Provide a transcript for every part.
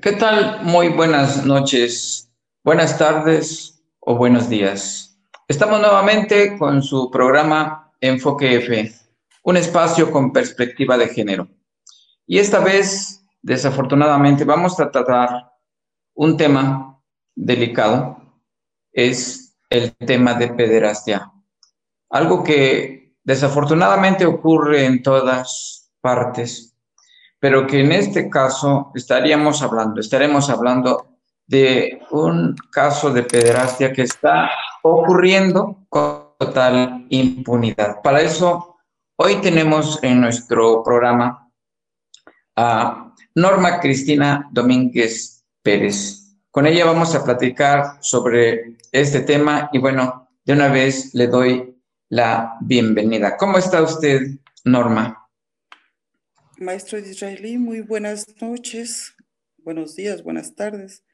¿Qué tal? Muy buenas noches, buenas tardes o buenos días. Estamos nuevamente con su programa Enfoque F, un espacio con perspectiva de género. Y esta vez, desafortunadamente, vamos a tratar un tema delicado, es el tema de pederastia. Algo que desafortunadamente ocurre en todas partes, pero que en este caso estaremos hablando de un caso de pederastia que está ocurriendo con total impunidad. Para eso, hoy tenemos en nuestro programa a Norma Cristina Domínguez Pérez. Con ella vamos a platicar sobre este tema y bueno, de una vez le doy la bienvenida. ¿Cómo está usted, Norma? Maestro Israelí, muy buenas noches, buenos días, buenas tardes.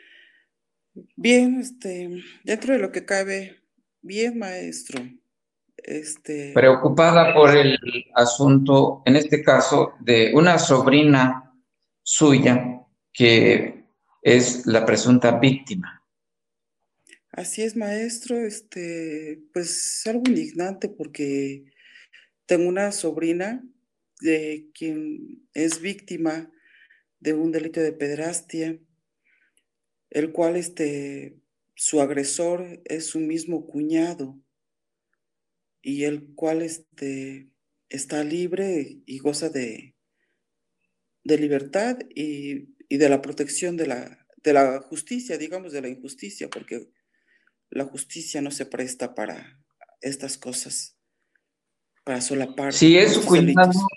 Bien, dentro de lo que cabe, bien, maestro. Este, Preocupada por el asunto, en este caso, de una sobrina suya que es la presunta víctima. Así es, maestro, pues algo indignante porque tengo una sobrina de quien es víctima de un delito de pederastia, el cual, su agresor es su mismo cuñado y el cual, está libre y goza de libertad y de la protección de la justicia, digamos, de la injusticia, porque la justicia no se presta para estas cosas, para solapar Si es su estos cuñado, delitos.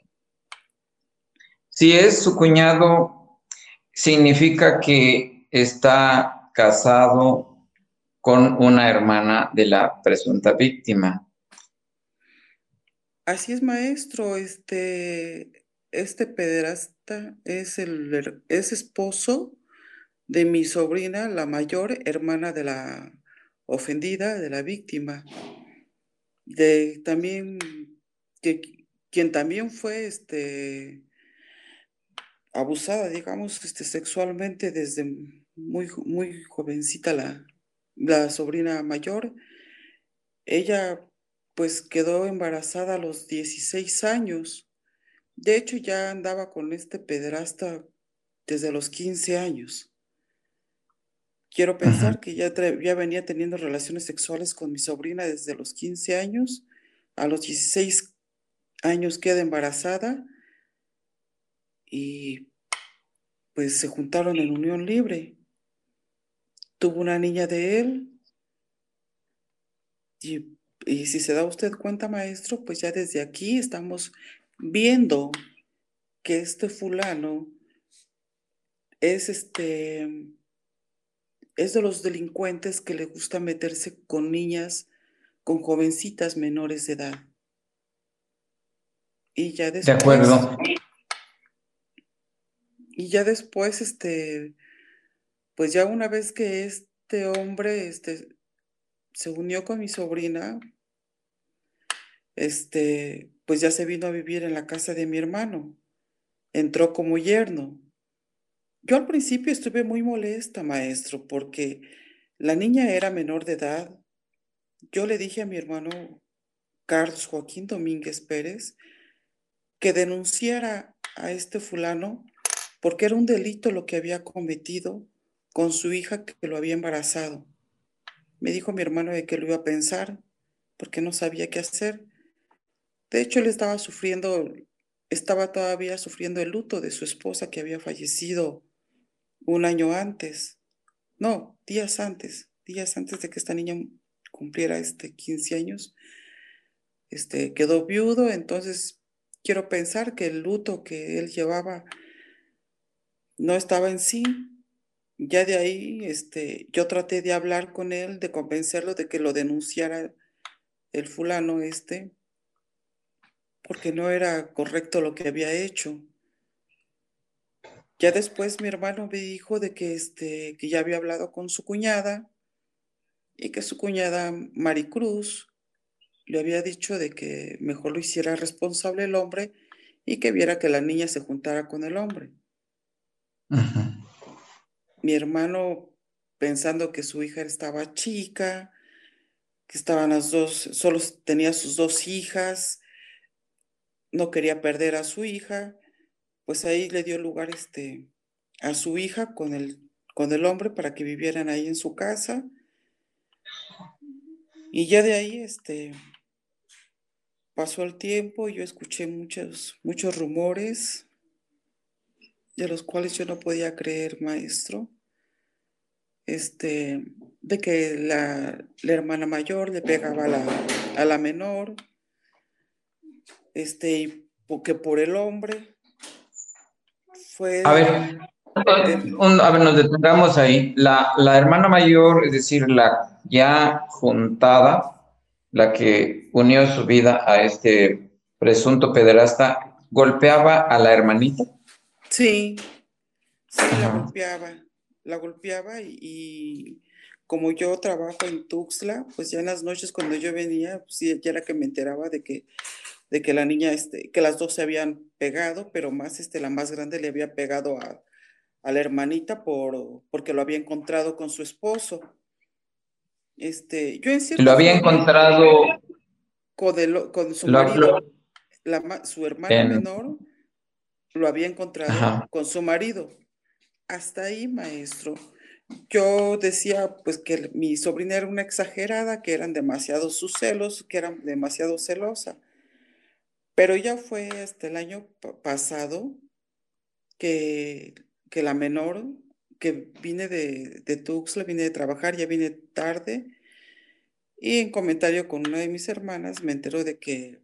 si es su cuñado, significa que está casado con una hermana de la presunta víctima. Así es, maestro, este pederasta es esposo de mi sobrina, la mayor hermana de la ofendida, de la víctima, de también, que, quien también fue, abusada, digamos, sexualmente desde muy jovencita la sobrina mayor. Ella pues quedó embarazada a los 16 años. De hecho, ya andaba con este pederasta desde los 15 años. Quiero Ujú. pensar que ya venía teniendo relaciones sexuales con mi sobrina desde los 15 años. A los 16 años queda embarazada y pues se juntaron en unión libre. Tuvo una niña de él y si se da usted cuenta, maestro, pues ya desde aquí estamos viendo que este fulano es es de los delincuentes que le gusta meterse con niñas, con jovencitas menores de edad. Y ya De después, acuerdo. y ya después, pues ya una vez que este hombre, se unió con mi sobrina, pues ya se vino a vivir en la casa de mi hermano. Entró como yerno. Yo al principio estuve muy molesta, maestro, porque la niña era menor de edad. Yo le dije a mi hermano Carlos Joaquín Domínguez Pérez que denunciara a este fulano porque era un delito lo que había cometido con su hija que lo había embarazado. Me dijo mi hermano de que lo iba a pensar porque no sabía qué hacer. De hecho, él estaba todavía sufriendo el luto de su esposa que había fallecido un año antes. No, días antes de que esta niña cumpliera 15 años, quedó viudo, entonces quiero pensar que el luto que él llevaba no estaba en sí. Ya de ahí, yo traté de hablar con él, de convencerlo de que lo denunciara el fulano porque no era correcto lo que había hecho. Ya después mi hermano me dijo de que ya había hablado con su cuñada y que su cuñada Maricruz le había dicho de que mejor lo hiciera responsable el hombre y que viera que la niña se juntara con el hombre. Ujú. mi hermano pensando que su hija estaba chica, que estaban las dos, solo tenía sus dos hijas, no quería perder a su hija, pues ahí le dio lugar a su hija con el hombre para que vivieran ahí en su casa. Y ya de ahí pasó el tiempo y yo escuché muchos rumores de los cuales yo no podía creer, maestro. De que la hermana mayor le pegaba a la menor, y porque por el hombre A fue ver, el, a ver, nos detengamos ahí. La hermana mayor, es decir, la ya juntada, la que unió su vida a este presunto pederasta, golpeaba a la hermanita. sí, sí, Ajá. la golpeaba y como yo trabajo en Tuxtla, pues ya en las noches cuando yo venía, pues sí, ya era que me enteraba de que la niña, que las dos se habían pegado, pero más, la más grande le había pegado a la hermanita porque lo había encontrado con su esposo. Yo en Y lo cierta había forma, encontrado con su lo- marido, lo- su hermana en... menor lo había encontrado Ajá. con su marido. Hasta ahí, maestro. Yo decía, pues, que mi sobrina era una exagerada, que eran demasiados sus celos, que era demasiado celosa. Pero ya fue hasta el año pasado que, que la menor, que vine de Tuxtla, vine de trabajar, ya vine tarde, y en comentario con una de mis hermanas me enteró de que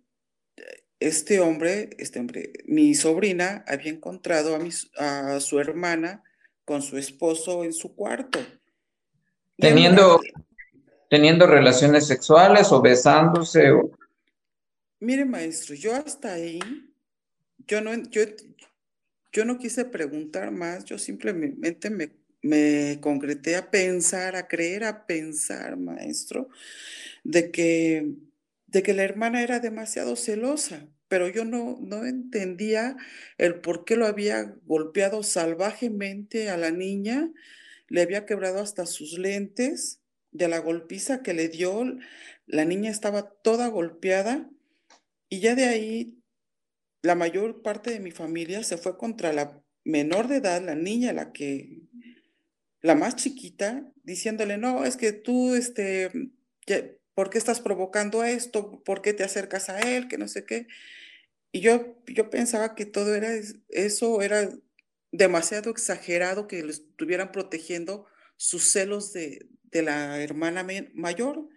este hombre, mi sobrina había encontrado a su hermana con su esposo en su cuarto. Y a mí, Teniendo, teniendo relaciones sexuales o besándose o... mire, maestro, yo hasta ahí, yo no, yo, yo no quise preguntar más, yo simplemente me concreté a pensar, a creer, a pensar, maestro, de que, de que la hermana era demasiado celosa, pero yo no entendía el por qué lo había golpeado salvajemente a la niña, le había quebrado hasta sus lentes de la golpiza que le dio, la niña estaba toda golpeada y ya de ahí la mayor parte de mi familia se fue contra la menor de edad, la niña, la más chiquita, diciéndole, no, es que tú, ¿por qué estás provocando esto? ¿Por qué te acercas a él? Que no sé qué. Y yo pensaba que todo eso era demasiado exagerado, que lo estuvieran protegiendo sus celos de la hermana mayor.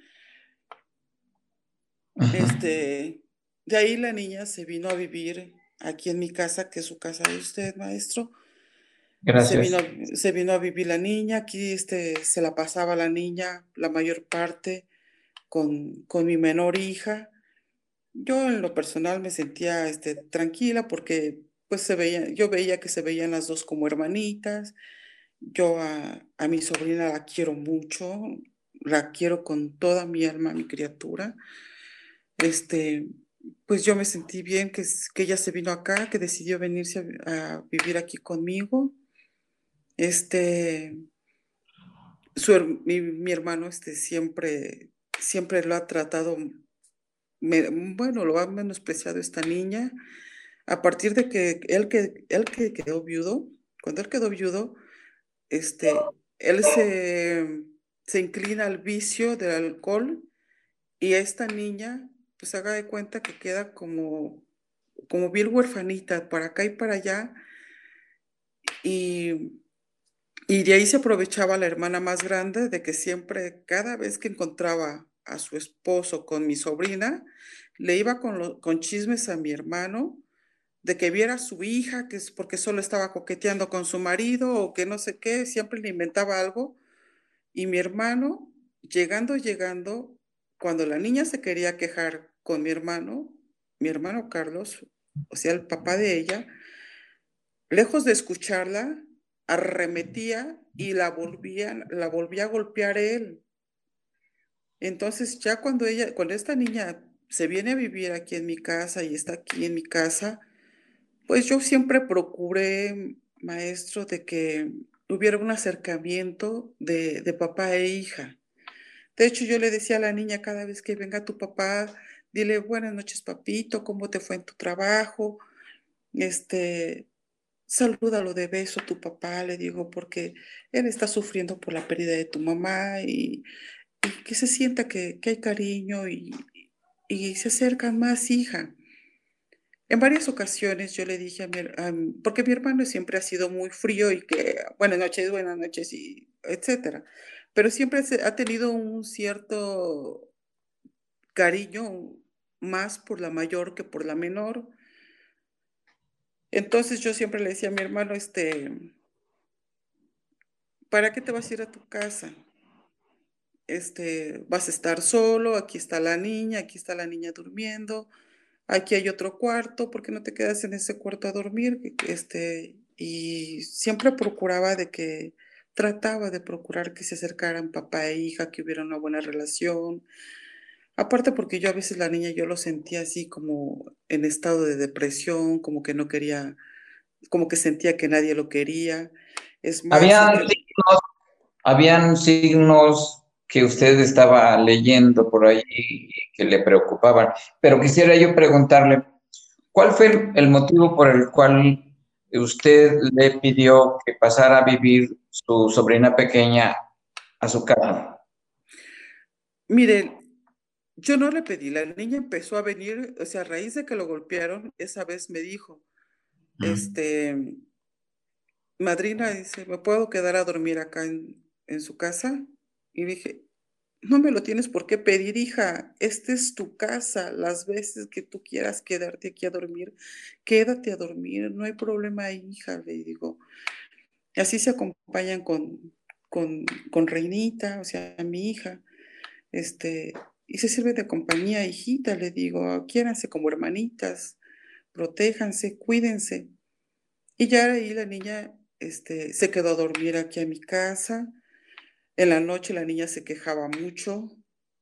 Ajá. Este, de ahí la niña se vino a vivir aquí en mi casa, que es su casa de usted, maestro. Se vino, Gracias. se vino a vivir la niña, aquí se la pasaba la niña la mayor parte con mi menor hija. Yo en lo personal me sentía tranquila porque pues yo veía que se veían las dos como hermanitas. Yo a mi sobrina la quiero mucho, la quiero con toda mi alma, mi criatura. Este, pues yo me sentí bien que ella se vino acá, que decidió venirse a vivir aquí conmigo. Este, mi hermano siempre lo ha tratado, bueno, lo ha menospreciado esta niña. A partir de que él que quedó viudo, cuando él quedó viudo, él se inclina al vicio del alcohol y a esta niña, pues haga de cuenta que queda como bien huerfanita, para acá y para allá, y, y de ahí se aprovechaba la hermana más grande de que siempre, cada vez que encontraba a su esposo con mi sobrina, le iba con chismes a mi hermano de que viera a su hija, que es porque solo estaba coqueteando con su marido o que no sé qué, siempre le inventaba algo. Y mi hermano, llegando, cuando la niña se quería quejar con mi hermano Carlos, o sea, el papá de ella, lejos de escucharla, arremetía y la volvía a golpear él. Entonces, ya cuando esta niña se viene a vivir aquí en mi casa y está aquí en mi casa, pues yo siempre procuré, maestro, de que hubiera un acercamiento de papá e hija. De hecho, yo le decía a la niña cada vez que venga tu papá, dile buenas noches, papito, ¿cómo te fue en tu trabajo? Este, salúdalo de beso a tu papá, le digo, porque él está sufriendo por la pérdida de tu mamá y que se sienta que hay cariño y se acercan más, hija. En varias ocasiones yo le dije porque mi hermano siempre ha sido muy frío y que buenas noches y etcétera, pero siempre ha tenido un cierto cariño más por la mayor que por la menor. Entonces yo siempre le decía a mi hermano, ¿para qué te vas a ir a tu casa? Vas a estar solo, aquí está la niña durmiendo, aquí hay otro cuarto, ¿por qué no te quedas en ese cuarto a dormir? Y siempre trataba de procurar que se acercaran papá e hija, que hubiera una buena relación. Aparte porque yo a veces la niña yo lo sentía así como en estado de depresión, como que no quería, como que sentía que nadie lo quería. Es más, Habían Habían signos que usted estaba leyendo por ahí y que le preocupaban, pero quisiera yo preguntarle, ¿cuál fue el motivo por el cual usted le pidió que pasara a vivir su sobrina pequeña a su casa? miren, yo no le pedí, la niña empezó a venir, o sea, a raíz de que lo golpearon, esa vez me dijo, Mm. este, madrina, dice, ¿me puedo quedar a dormir acá en su casa? Y dije, no me lo tienes por qué pedir, hija. Esta es tu casa. Las veces que tú quieras quedarte aquí a dormir, quédate a dormir. No hay problema ahí, hija, le digo. Y así se acompañan con, con Reinita, o sea, mi hija. Este, y se sirve de compañía, hijita, le digo. Quiéranse como hermanitas, protéjanse, cuídense. Y ya ahí la niña, se quedó a dormir aquí a mi casa. En la noche la niña se quejaba mucho,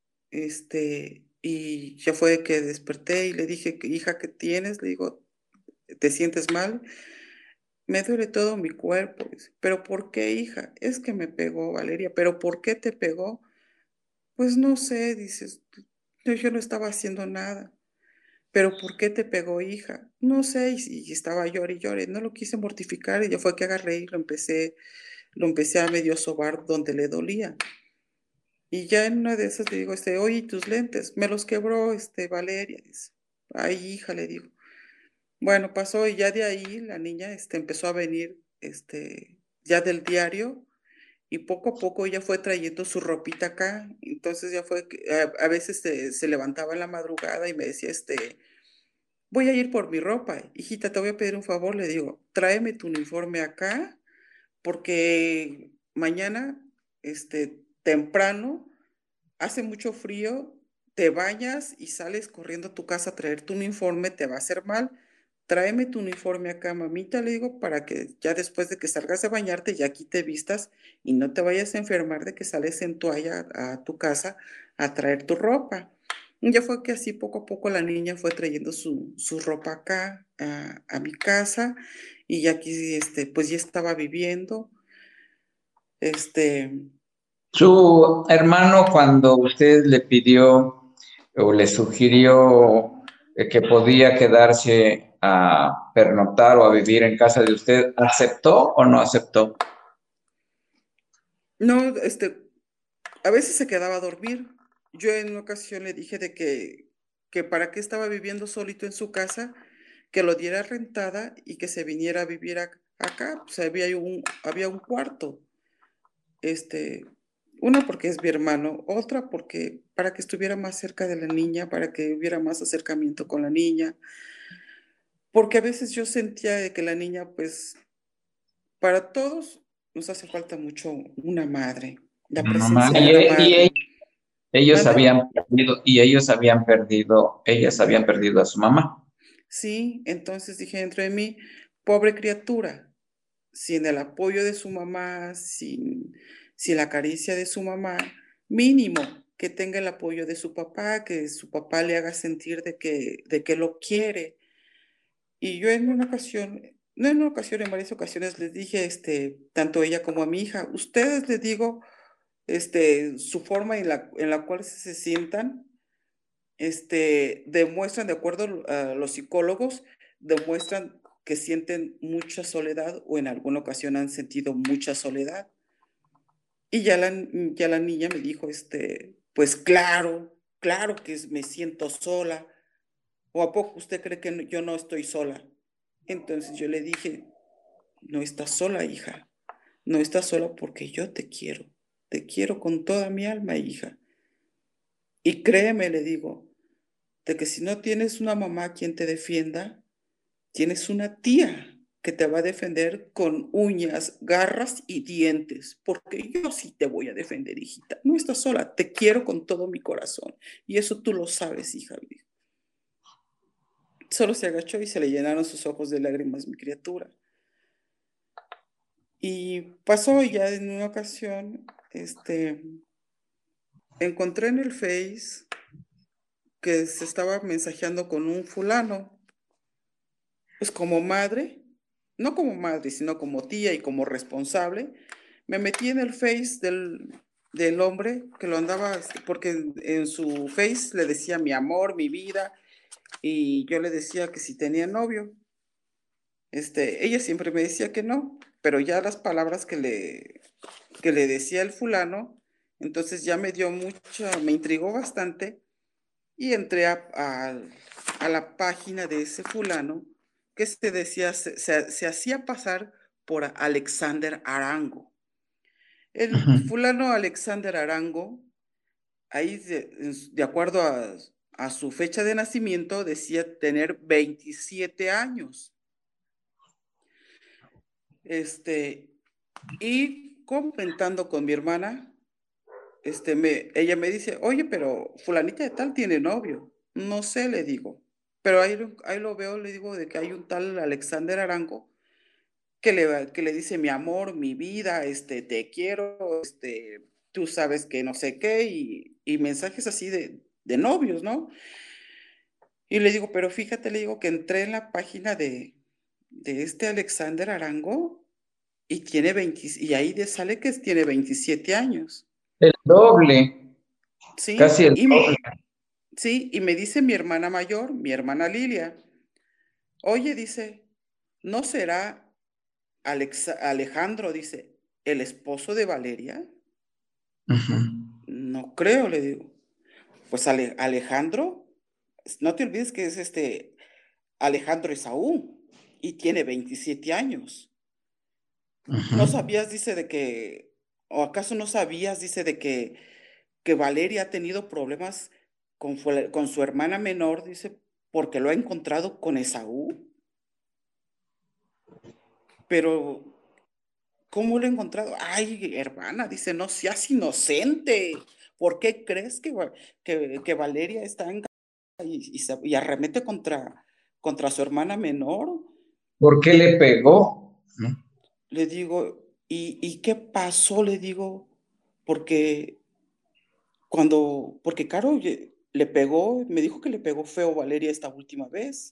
y ya fue que desperté y le dije, hija, ¿qué tienes? Le digo, ¿te sientes mal? Me duele todo mi cuerpo. Dice, ¿pero por qué, hija? Es que me pegó, Valeria. ¿Pero por qué te pegó? Pues no sé, dices, yo no estaba haciendo nada. ¿Pero por qué te pegó, hija? No sé, y estaba llore y llore. No lo quise mortificar y ya fue que agarré y lo empecé a medio sobar donde le dolía. Y ya en una de esas le digo, oye, ¿y tus lentes? Me los quebró, Valeria, dice. Ay, hija, le digo. Bueno, pasó y ya de ahí la niña, empezó a venir, ya del diario y poco a poco ella fue trayendo su ropita acá. Entonces ya fue que a veces se levantaba en la madrugada y me decía, voy a ir por mi ropa. Hijita, te voy a pedir un favor, le digo, tráeme tu uniforme acá porque mañana, temprano, hace mucho frío, te bañas y sales corriendo a tu casa a traer tu uniforme, te va a hacer mal. Tráeme tu uniforme acá, mamita, le digo, para que ya después de que salgas de bañarte, ya aquí te vistas y no te vayas a enfermar de que sales en toalla a tu casa a traer tu ropa. Y ya fue que así poco a poco la niña fue trayendo su ropa acá a mi casa y ya aquí, pues ya estaba viviendo. Este, Su hermano, cuando usted le pidió o le sugirió que podía quedarse a pernoctar o a vivir en casa de usted, ¿aceptó o no aceptó? no, a veces se quedaba a dormir. Yo en una ocasión le dije que para qué estaba viviendo solito en su casa, que lo diera rentada y que se viniera a vivir acá. Pues había un cuarto. Este, una porque es mi hermano, otra porque para que estuviera más cerca de la niña, para que hubiera más acercamiento con la niña. Porque a veces yo sentía de que la niña, pues, para todos nos hace falta mucho una madre, la Mamá. presencia de una Y madre. ellos ¿Mande? habían perdido, ellas habían perdido a su mamá. Sí, entonces dije dentro de mí, pobre criatura, sin el apoyo de su mamá, sin la caricia de su mamá, mínimo que tenga el apoyo de su papá, que su papá le haga sentir de que lo quiere. Y yo en una ocasión no en una ocasión, en varias ocasiones les dije, tanto ella como a mi hija, ustedes les digo, su forma en la cual se sientan, demuestran, de acuerdo a los psicólogos, demuestran que sienten mucha soledad o en alguna ocasión han sentido mucha soledad. Y ya la niña me dijo, pues claro, claro que me siento sola. ¿O a poco usted cree que yo no estoy sola? Entonces yo le dije, no estás sola, hija. No estás sola porque yo te quiero. Te quiero con toda mi alma, hija. Y créeme, le digo, de que si no tienes una mamá quien te defienda, tienes una tía que te va a defender con uñas, garras y dientes, porque yo sí te voy a defender, hijita. No estás sola, te quiero con todo mi corazón. Y eso tú lo sabes, hija. Solo se agachó y se le llenaron sus ojos de lágrimas, mi criatura. Y pasó ya en una ocasión, encontré en el Face que se estaba mensajeando con un fulano, pues como madre, no como madre, sino como tía y como responsable, me metí en el Face del hombre que lo andaba, porque en su Face le decía mi amor, mi vida, y yo le decía que si tenía novio. Ella siempre me decía que no, pero ya las palabras que le decía el fulano, entonces ya me dio mucha, me intrigó bastante y entré a la página de ese fulano que se decía, se hacía pasar por Alexander Arango. El Ujú. fulano Alexander Arango, ahí de acuerdo a su fecha de nacimiento, decía tener 27 años. Y comentando con mi hermana, ella me dice, oye, pero fulanita de tal tiene novio. No sé, le digo. Pero ahí lo veo, le digo, de que hay un tal Alexander Arango que le dice mi amor, mi vida, te quiero, tú sabes que no sé qué, y mensajes así de novios, ¿no? Y le digo, pero fíjate, le digo que entré en la página de este Alexander Arango y tiene 20, y ahí sale que tiene 27 años. El doble, casi Sí, el doble. sí, y me dice mi hermana mayor, mi hermana Lilia, oye, dice, ¿no será Alejandro, dice, el esposo de Valeria? Ujú, No creo, le digo. Pues Alejandro, no te olvides que es Alejandro Esaú y tiene 27 años. ujú. ¿No sabías, dice, o acaso no sabías, dice, que Valeria ha tenido problemas con su hermana menor, dice, porque lo ha encontrado con Esaú? Pero, ¿cómo lo ha encontrado? Ay, hermana, dice, no seas inocente. ¿Por qué crees que Valeria está en y arremete contra su hermana menor? ¿Por qué le pegó? ¿No? Le digo, ¿y qué pasó? Le digo, porque porque Caro le pegó, me dijo que le pegó feo Valeria esta última vez.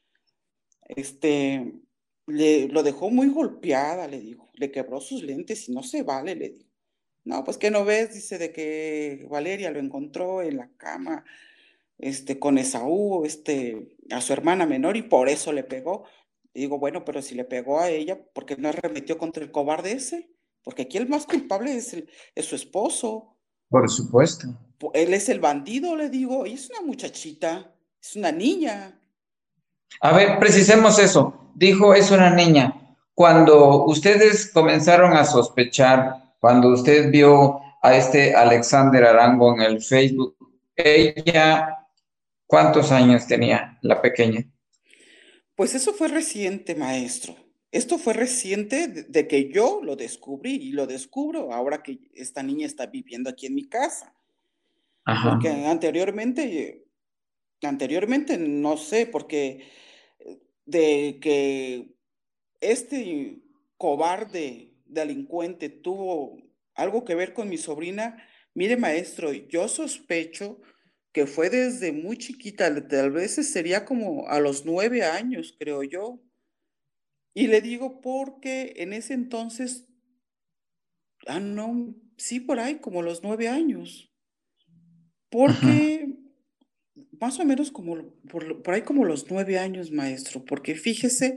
Este, lo dejó muy golpeada, le digo, le quebró sus lentes y no se vale, le digo. No, pues que no ves, dice, de que Valeria lo encontró en la cama, con Esaú, a su hermana menor y por eso le pegó. Le digo, bueno, pero si le pegó a ella, ¿por qué no arremetió contra el cobarde ese? Porque aquí el más culpable es su esposo. Por supuesto. Él es el bandido, le digo, y es una muchachita, es una niña. A ver, precisemos eso. Dijo, es una niña. Cuando ustedes comenzaron a sospechar, cuando usted vio a este Alexander Arango en el Facebook, ella, ¿cuántos años tenía la pequeña? Pues eso fue reciente, maestro. Esto fue reciente de que yo lo descubrí y lo descubro ahora que esta niña está viviendo aquí en mi casa. Ajá. Porque anteriormente no sé, porque de que este cobarde delincuente tuvo algo que ver con mi sobrina, mire, maestro, yo sospecho que fue desde muy chiquita, tal vez sería como a los 9 años, creo yo. Y le digo porque en ese entonces, no, sí, por ahí, como los 9 años, Ujú, porque más o menos como por ahí como los 9 años, maestro, porque fíjese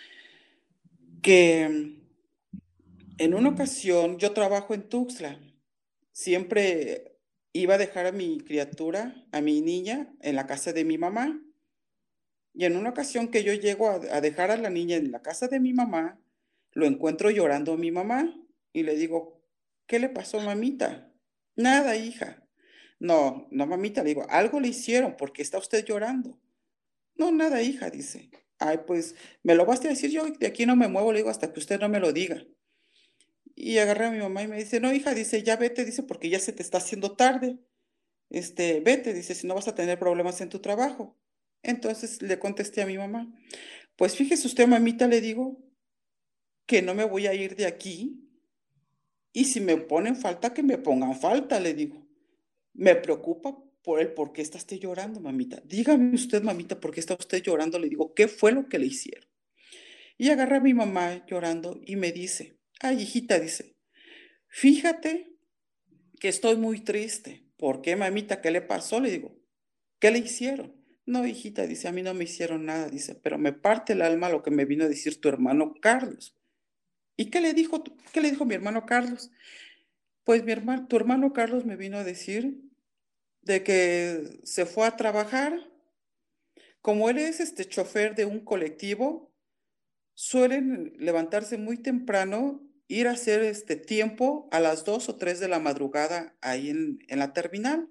que en una ocasión yo trabajo en Tuxtla, siempre iba a dejar a mi criatura, a mi niña, en la casa de mi mamá. Y en una ocasión que yo llego a dejar a la niña en la casa de mi mamá, lo encuentro llorando a mi mamá y le digo, ¿qué le pasó, mamita? Nada, hija. No, no, mamita, le digo, algo le hicieron porque está usted llorando. No, nada, hija, dice. Ay, pues me lo vas a decir, yo de aquí no me muevo, le digo, hasta que usted no me lo diga. Y agarré a mi mamá y me dice, no, hija, dice, ya vete, dice, porque ya se te está haciendo tarde. Vete, dice, si no vas a tener problemas en tu trabajo. Entonces le contesté a mi mamá, pues fíjese usted, mamita, le digo, que no me voy a ir de aquí y si me ponen falta, que me pongan falta, le digo. Me preocupa por el por qué está usted llorando, mamita. Dígame usted, mamita, por qué está usted llorando. Le digo, ¿qué fue lo que le hicieron? Y agarra a mi mamá llorando y me dice, ay, hijita, dice, fíjate que estoy muy triste. ¿Por qué, mamita? ¿Qué le pasó? Le digo, ¿qué le hicieron? No, hijita, dice, a mí no me hicieron nada, dice, pero me parte el alma lo que me vino a decir tu hermano Carlos. ¿Y qué le dijo mi hermano Carlos? Pues tu hermano Carlos me vino a decir de que se fue a trabajar. Como él es chofer de un colectivo, suelen levantarse muy temprano, ir a hacer este tiempo a las 2 o 3 de la madrugada ahí en la terminal.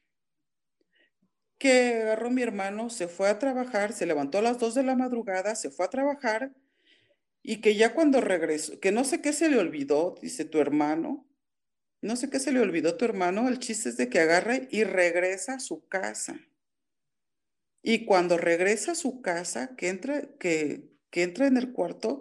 Que agarró mi hermano, se fue a trabajar, se levantó a las 2 de la madrugada, se fue a trabajar y que ya cuando regresó, que no sé qué se le olvidó, dice tu hermano, no sé qué se le olvidó a tu hermano, el chiste es de que agarra y regresa a su casa. Y cuando regresa a su casa, que entra en el cuarto,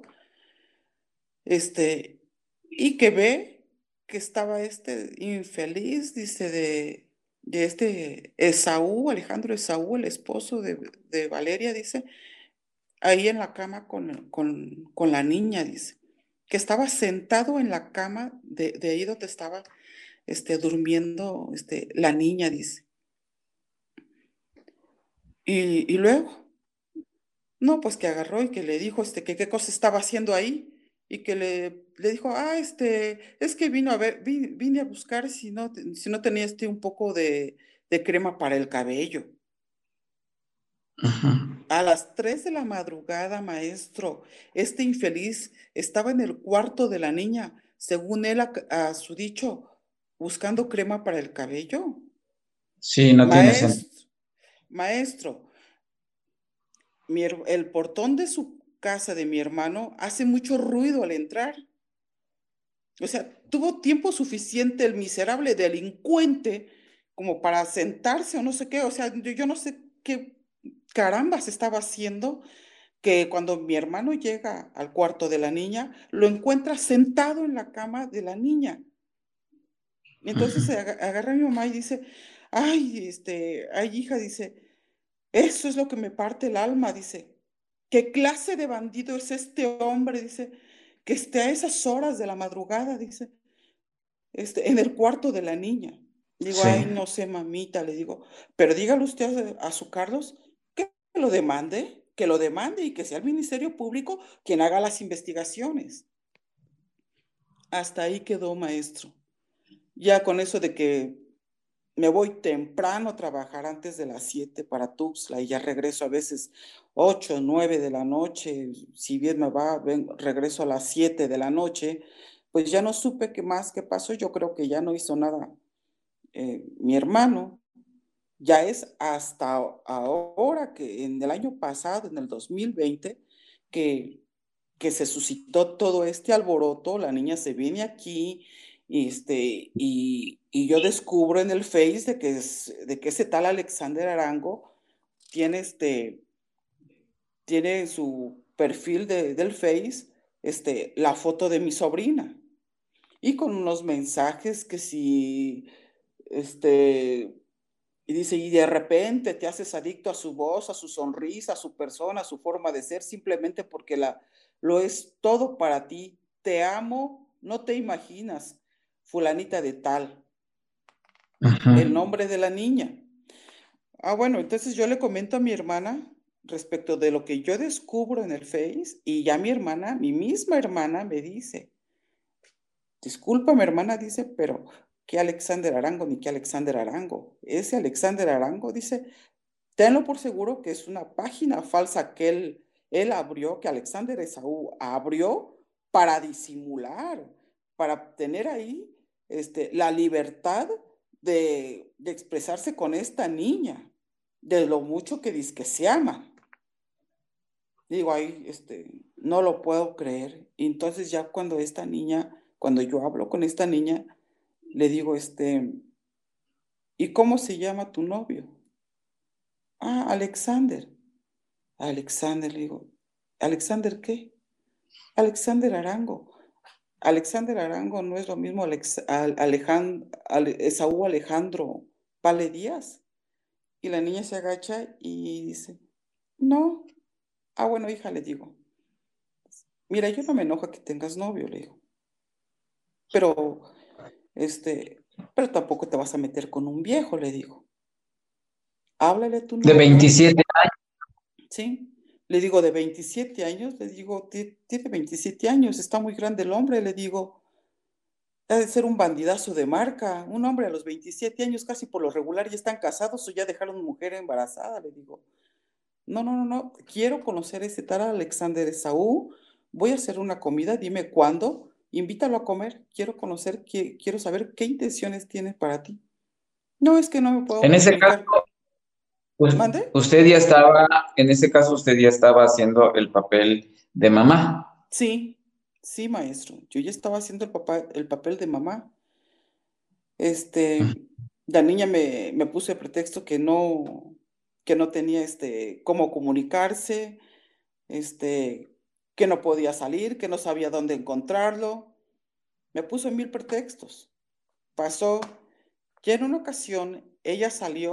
este, y que ve que estaba este infeliz, dice, de Esaú, Alejandro Esaú, el esposo de Valeria, dice, ahí en la cama con la niña, dice, que estaba sentado en la cama de ahí donde estaba durmiendo la niña, dice. Y luego, no, pues que agarró y que le dijo que qué cosa estaba haciendo ahí y que le dijo, es que vino a ver, vine a buscar si no tenía un poco de crema para el cabello. ujú. A las 3 de la madrugada, maestro, este infeliz estaba en el cuarto de la niña, según él, a su dicho, buscando crema para el cabello. Sí, no tiene sentido. Maestro, maestro, el portón de su casa de mi hermano hace mucho ruido al entrar. O sea, tuvo tiempo suficiente el miserable delincuente como para sentarse o no sé qué. O sea, yo no sé qué carambas estaba haciendo, que cuando mi hermano llega al cuarto de la niña, lo encuentra sentado en la cama de la niña. Y Ujú. entonces agarra a mi mamá y dice, ay, hija, dice, eso es lo que me parte el alma, dice. ¿Qué clase de bandido es este hombre? Dice, que esté a esas horas de la madrugada, dice, en el cuarto de la niña. Digo, Sí. ay, no sé, mamita, le digo, pero dígale usted a su Carlos que lo demande y que sea el Ministerio Público quien haga las investigaciones. Hasta ahí quedó, maestro. Ya con eso de que me voy temprano a trabajar antes de las 7 para Tuxtla y ya regreso a veces 8 o 9 de la noche. Si bien me va, regreso a las 7 de la noche, pues ya no supe qué más que pasó. Yo creo que ya no hizo nada mi hermano. Ya es hasta ahora que en el año pasado, en el 2020, que, que se suscitó todo este alboroto, la niña se viene aquí y yo descubro en el Face de que ese tal Alexander Arango tiene, tiene en su perfil del Face la foto de mi sobrina y con unos mensajes que si, este, y dice, y de repente te haces adicto a su voz, a su sonrisa, a su persona, a su forma de ser, simplemente porque lo es todo para ti. Te amo, no te imaginas, fulanita de tal, el Ujú. nombre de la niña. Bueno, entonces yo le comento a mi hermana respecto de lo que yo descubro en el Face y ya mi hermana, mi misma hermana me dice, disculpa, mi hermana dice, pero ¿qué Alexander Arango ni qué Alexander Arango? Ese Alexander Arango dice, tenlo por seguro que es una página falsa que él abrió, que Alexander Esaú abrió para disimular, para tener ahí la libertad de expresarse con esta niña, de lo mucho que dice que se ama. Digo, ahí, no lo puedo creer. Y entonces ya cuando esta niña, cuando yo hablo con esta niña, le digo, ¿y cómo se llama tu novio? Alexander. Alexander, le digo, ¿Alexander qué? Alexander Arango. Alexander Arango no es lo mismo Esaú Alejandro Pale Díaz. Y la niña se agacha y dice, no. Bueno, hija, le digo, mira, yo no me enojo que tengas novio, le digo, pero, pero tampoco te vas a meter con un viejo, le digo. Háblale a tu De novio, 27. ¿sí? Le digo, de 27 años, le digo, tiene 27 años, está muy grande el hombre, le digo, ha de ser un bandidazo de marca, un hombre a los 27 años casi por lo regular ya están casados o ya dejaron mujer embarazada, le digo. No, no, no, no, quiero conocer a ese tal Alexander Esaú, voy a hacer una comida, dime cuándo, invítalo a comer, quiero conocer, quiero saber qué intenciones tiene para ti. No, es que no me puedo En ese caso, comunicar. ¿Mande? usted ya estaba, en ese caso usted ya estaba haciendo el papel de mamá. Sí, sí, maestro, yo ya estaba haciendo el papel de mamá. Este, la niña me puso de pretexto que no tenía cómo comunicarse, este, que no podía salir, que no sabía dónde encontrarlo. Me puso mil pretextos. Pasó que en una ocasión ella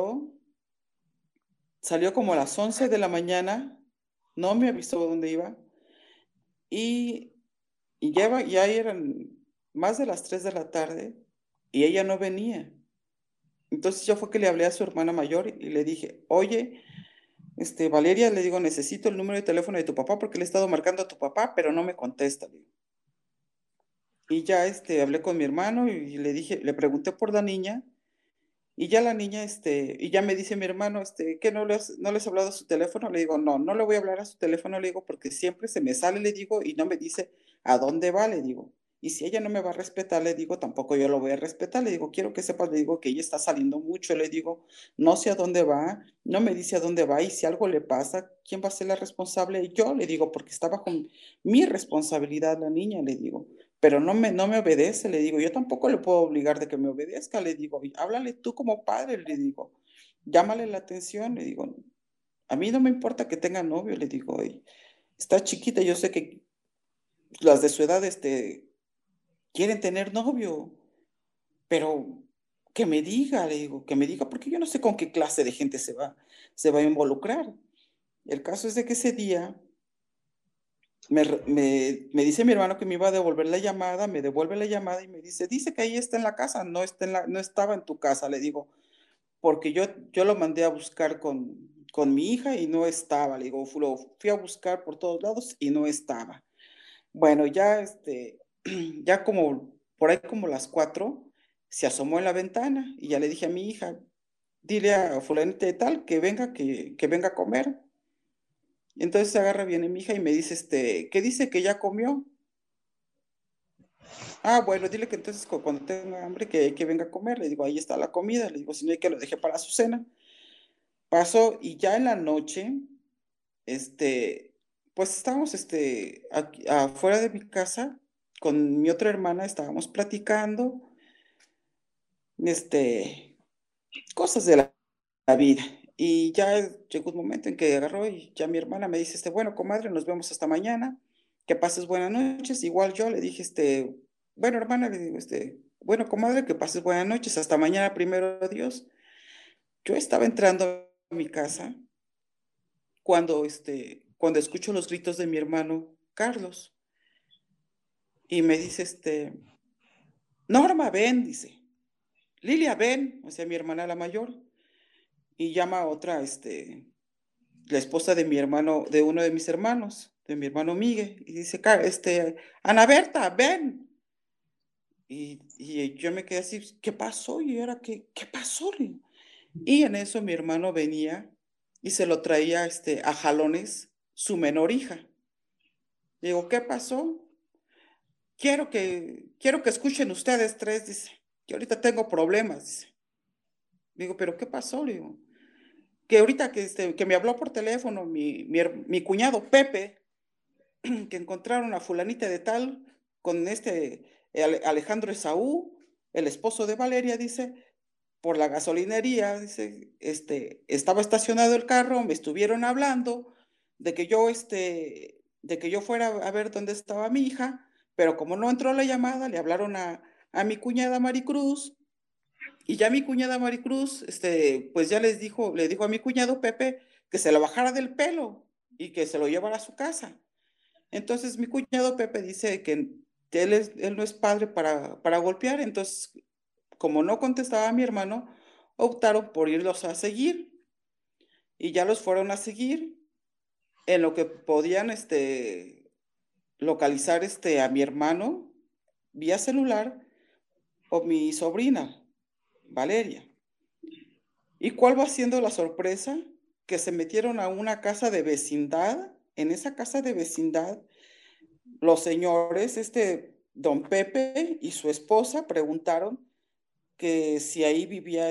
salió como a las 11 de la mañana, no me avisó dónde iba, y, ya eran más de las 3 de la tarde y ella no venía. Entonces yo fue que le hablé a su hermana mayor y le dije, oye, Valeria, le digo, necesito el número de teléfono de tu papá porque le he estado marcando a tu papá, pero no me contesta, le digo. Y ya hablé con mi hermano y le dije, le pregunté por la niña y ya la niña, y ya me dice mi hermano, ¿qué no les has hablado a su teléfono? Le digo, no, no le voy a hablar a su teléfono, le digo, porque siempre se me sale, le digo, y no me dice a dónde va, le digo. Y si ella no me va a respetar, le digo, tampoco yo lo voy a respetar, le digo, quiero que sepas, le digo, que ella está saliendo mucho, le digo, no sé a dónde va, no me dice a dónde va, y si algo le pasa, ¿quién va a ser la responsable? Yo, le digo, porque está bajo mi responsabilidad la niña, le digo, pero no me obedece, le digo, yo tampoco le puedo obligar de que me obedezca, le digo, y háblale tú como padre, le digo, llámale la atención, le digo, a mí no me importa que tenga novio, le digo, y está chiquita, yo sé que las de su edad, quieren tener novio, pero que me diga, le digo, que me diga, porque yo no sé con qué clase de gente se va a involucrar. El caso es de que ese día me dice mi hermano que me iba a devolver la llamada, me devuelve la llamada y me dice que ahí está en la casa, no estaba en tu casa, le digo, porque yo lo mandé a buscar con mi hija y no estaba, le digo, lo fui a buscar por todos lados y no estaba. Bueno, ya ya como, por ahí como las 4, se asomó en la ventana y ya le dije a mi hija, dile a fulanita de tal que venga a comer. Entonces se agarra, viene mi hija y me dice, ¿qué dice que ya comió? Bueno, dile que entonces cuando tenga hambre que venga a comer. Le digo, ahí está la comida. Le digo, si no hay que lo deje para su cena. Pasó y ya en la noche, pues estábamos, afuera de mi casa con mi otra hermana, estábamos platicando, este, cosas de la vida. Y ya llegó un momento en que agarró y ya mi hermana me dice, bueno, comadre, nos vemos hasta mañana, que pases buenas noches. Igual yo le dije, bueno, hermana, le digo, bueno, comadre, que pases buenas noches, hasta mañana, primero Dios. Yo estaba entrando a mi casa cuando escucho los gritos de mi hermano Carlos. Y me dice, Norma, ven, dice. Lilia, ven, o sea, mi hermana la mayor. Y llama a otra, la esposa de mi hermano, de uno de mis hermanos, de mi hermano Miguel. Y dice, Ana Berta, ven. Y yo me quedé así, ¿qué pasó? Y ahora, ¿qué pasó? Y en eso mi hermano venía y se lo traía a jalones su menor hija. Digo, ¿qué pasó? Quiero que escuchen ustedes tres, dice, que ahorita tengo problemas, dice. Digo, ¿pero qué pasó? Le digo, que ahorita que me habló por teléfono mi cuñado Pepe, que encontraron a fulanita de tal con Alejandro Esaú, el esposo de Valeria, dice, por la gasolinería, dice, estaba estacionado el carro, me estuvieron hablando de que yo fuera a ver dónde estaba mi hija, pero como no entró la llamada, le hablaron a mi cuñada Maricruz, y ya mi cuñada Maricruz, pues ya le dijo a mi cuñado Pepe que se lo bajara del pelo y que se lo llevara a su casa. Entonces mi cuñado Pepe dice que él no es padre para golpear, entonces como no contestaba a mi hermano, optaron por irlos a seguir y ya los fueron a seguir en lo que podían localizar a mi hermano vía celular o mi sobrina, Valeria. ¿Y cuál va siendo la sorpresa? Que se metieron a una casa de vecindad. En esa casa de vecindad, los señores, don Pepe y su esposa preguntaron que si ahí vivía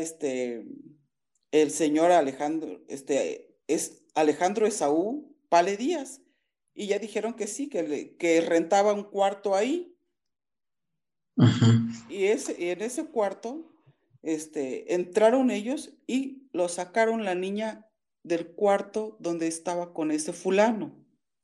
el señor Alejandro, es Alejandro Esaú Pale Díaz. Y ya dijeron que sí, que rentaba un cuarto ahí. Y en ese cuarto, entraron ellos y lo sacaron la niña del cuarto donde estaba con ese fulano.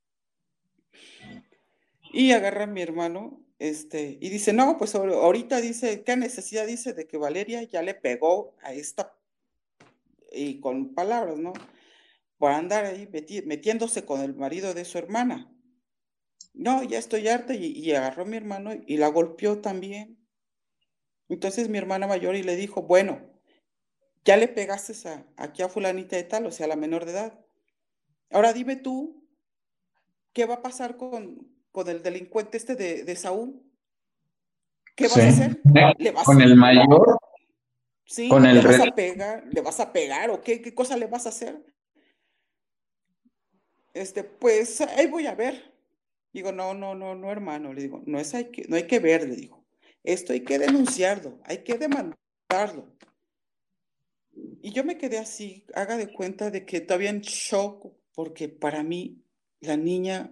Y agarra a mi hermano, y dice, no, pues ahorita dice, ¿qué necesidad dice de que Valeria ya le pegó a esta, y con palabras, ¿no? Por andar ahí metiéndose con el marido de su hermana. No, ya estoy harta y agarró a mi hermano y la golpeó también. Entonces mi hermana mayor y le dijo, bueno, ya le pegaste aquí a fulanita de tal, o sea, a la menor de edad. Ahora dime tú, ¿qué va a pasar con el delincuente de Saúl? ¿Qué Sí. vas a hacer? ¿Le Con vas, el mayor, con sí, le el vas red. a pegar? ¿Le vas a pegar o qué cosa le vas a hacer? Pues ahí voy a ver. Digo, no, no, no, no, hermano, le digo, no hay que ver, le digo, esto hay que denunciarlo, hay que demandarlo. Y yo me quedé así, haga de cuenta de que todavía en shock, porque para mí, la niña,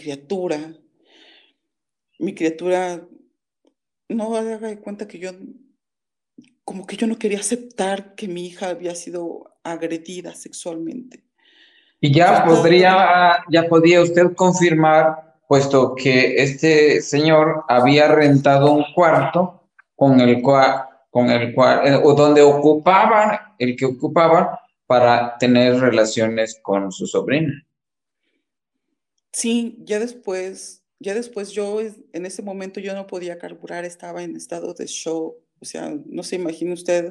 mi criatura, no haga de cuenta que como que yo no quería aceptar que mi hija había sido agredida sexualmente. Y Trataba, ya podía usted confirmar, puesto que este señor había rentado un cuarto o donde el que ocupaban para tener relaciones con su sobrina. sí, ya después en ese momento yo no podía carburar, estaba en estado de shock, o sea, no se imagina usted,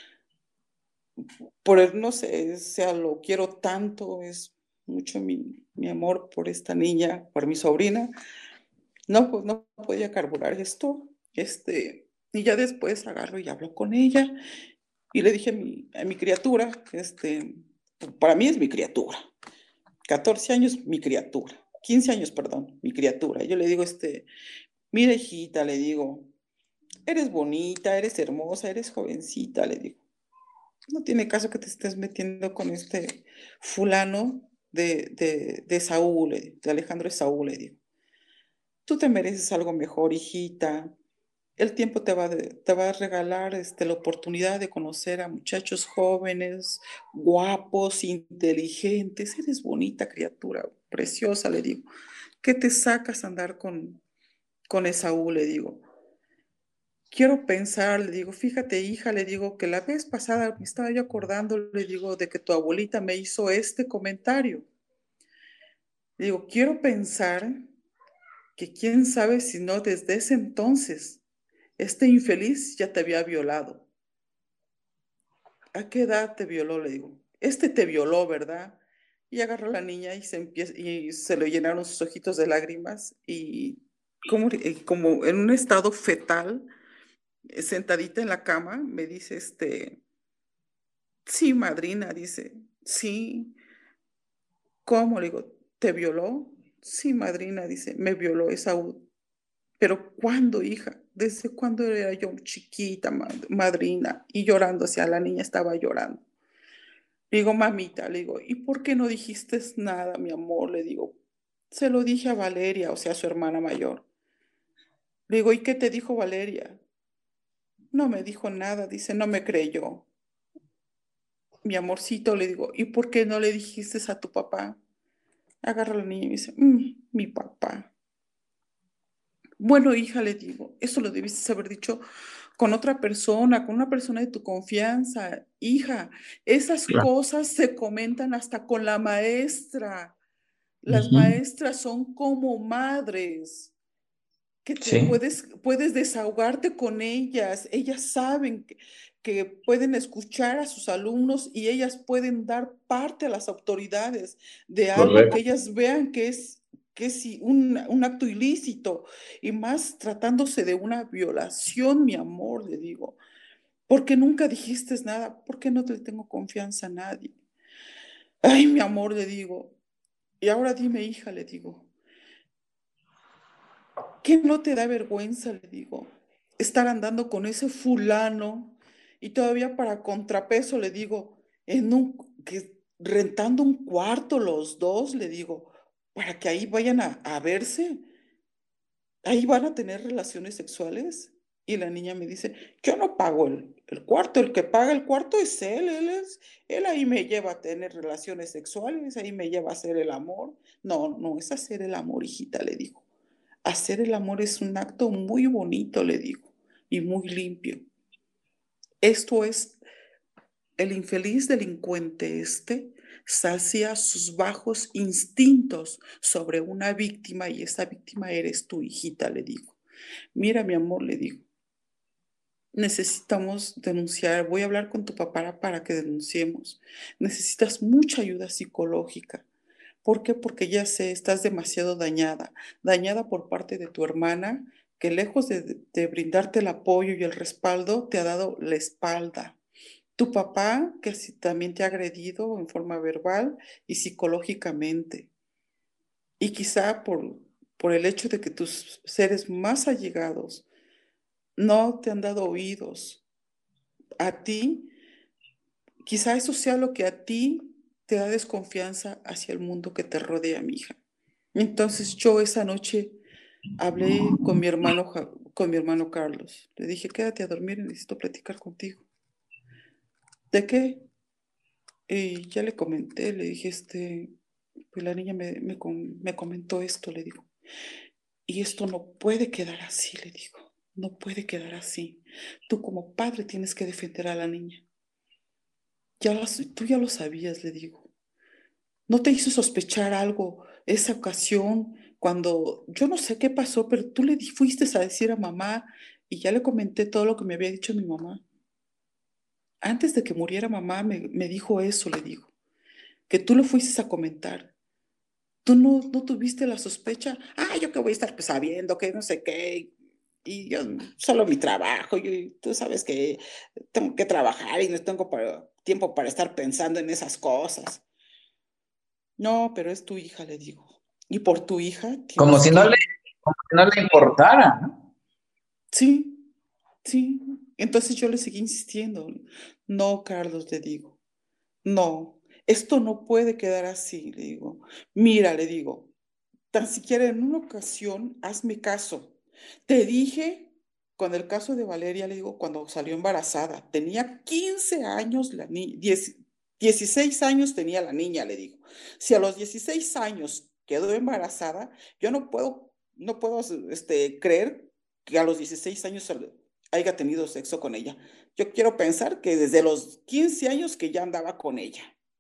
no sé, o sea, lo quiero tanto, es mucho mi amor por esta niña, por mi sobrina, no, pues no podía carburar esto, y ya después agarro y hablo con ella, y le dije a mi criatura, para mí es mi criatura, 14 años, mi criatura, 15 años, perdón, mi criatura. Yo le digo, mira, hijita, le digo, eres bonita, eres hermosa, eres jovencita, le digo. No tiene caso que te estés metiendo con este fulano de Saúl, de Alejandro de Saúl, le digo. Tú te mereces algo mejor, hijita. El tiempo te va a regalar la oportunidad de conocer a muchachos jóvenes, guapos, inteligentes. Eres bonita criatura, preciosa, le digo. ¿Qué te sacas a andar con Esaú? Le digo. Quiero pensar, le digo, fíjate, hija, le digo que la vez pasada me estaba yo acordando, le digo, de que tu abuelita me hizo este comentario. Le digo, quiero pensar que quién sabe si no desde ese entonces este infeliz ya te había violado. ¿A qué edad te violó? Le digo. Este te violó, ¿verdad? Y agarró a la niña y se le llenaron sus ojitos de lágrimas y como en un estado fetal, sentadita en la cama, me dice, sí, madrina, dice, sí. ¿Cómo? Le digo, ¿te violó? Sí, madrina, dice, me violó Esaú. Pero ¿cuándo, hija? ¿Desde cuándo era yo chiquita, madrina? Y llorando, o sea, la niña estaba llorando. Le digo, mamita, le digo, ¿y por qué no dijiste nada, mi amor? Le digo, se lo dije a Valeria, o sea, su hermana mayor. Le digo, ¿y qué te dijo Valeria? No me dijo nada, dice, no me creyó. Mi amorcito, le digo, ¿y por qué no le dijiste a tu papá? Agarra a la niña y me dice, mi papá. Bueno, hija, le digo, eso lo debiste haber dicho con otra persona, con una persona de tu confianza. Hija, esas Claro. cosas se comentan hasta con la maestra. Las Ujú. maestras son como madres, que te Sí, puedes desahogarte con ellas. Ellas saben que pueden escuchar a sus alumnos y ellas pueden dar parte a las autoridades de algo que correcto. ellas vean que es un acto ilícito, y más tratándose de una violación, mi amor, le digo. ¿Por qué nunca dijiste nada? ¿Por qué no te tengo confianza a nadie? Ay, mi amor, le digo. Y ahora dime, hija, le digo. ¿Qué no te da vergüenza, le digo, estar andando con ese fulano? Y todavía para contrapeso, le digo, rentando un cuarto los dos, le digo, para que ahí vayan a verse, ahí van a tener relaciones sexuales. Y la niña me dice, yo no pago el cuarto, el que paga el cuarto es él, él ahí me lleva a tener relaciones sexuales, ahí me lleva a hacer el amor. No, no es hacer el amor, hijita, le digo. Hacer el amor es un acto muy bonito, le digo, y muy limpio. Esto es, el infeliz delincuente sacia sus bajos instintos sobre una víctima y esa víctima eres tu hijita, le digo. Mira, mi amor, le digo, necesitamos denunciar, voy a hablar con tu papá para que denunciemos. Necesitas mucha ayuda psicológica. ¿Por qué? Porque ya sé, estás demasiado dañada por parte de tu hermana, que lejos de brindarte el apoyo y el respaldo, te ha dado la espalda. Tu papá, que sí también te ha agredido en forma verbal y psicológicamente. Y quizá por el hecho de que tus seres más allegados no te han dado oídos a ti, quizá eso sea lo que a ti te da desconfianza hacia el mundo que te rodea, mi hija. Entonces yo esa noche hablé con mi hermano Carlos. Le dije, quédate a dormir, necesito platicar contigo. ¿De qué? Y ya le comenté, le dije, pues la niña me comentó esto, le digo. Y esto no puede quedar así, le digo. No puede quedar así. Tú como padre tienes que defender a la niña. Tú ya lo sabías, le digo. ¿No te hizo sospechar algo esa ocasión cuando yo no sé qué pasó, pero tú fuiste a decir a mamá y ya le comenté todo lo que me había dicho mi mamá? Antes de que muriera mamá me dijo eso, le digo, que tú lo fuiste a comentar. Tú no tuviste la sospecha. Yo que voy a estar pues sabiendo que no sé qué. Y yo solo mi trabajo, tú sabes que tengo que trabajar y no tengo tiempo para estar pensando en esas cosas. No, pero es tu hija, le digo. Y por tu hija Como tienes si no le, que... como si no le importara, ¿no? Sí, sí. Entonces yo le seguí insistiendo. No, Carlos, le digo. No, esto no puede quedar así, le digo. Mira, le digo, tan siquiera en una ocasión, hazme caso. Te dije, con el caso de Valeria, le digo, cuando salió embarazada, tenía 15 años la niña, 16 años tenía la niña, le digo. Si a los 16 años quedó embarazada, yo no puedo creer que a los 16 años haya tenido sexo con ella. Yo quiero pensar que desde los 15 años que ya andaba con ella.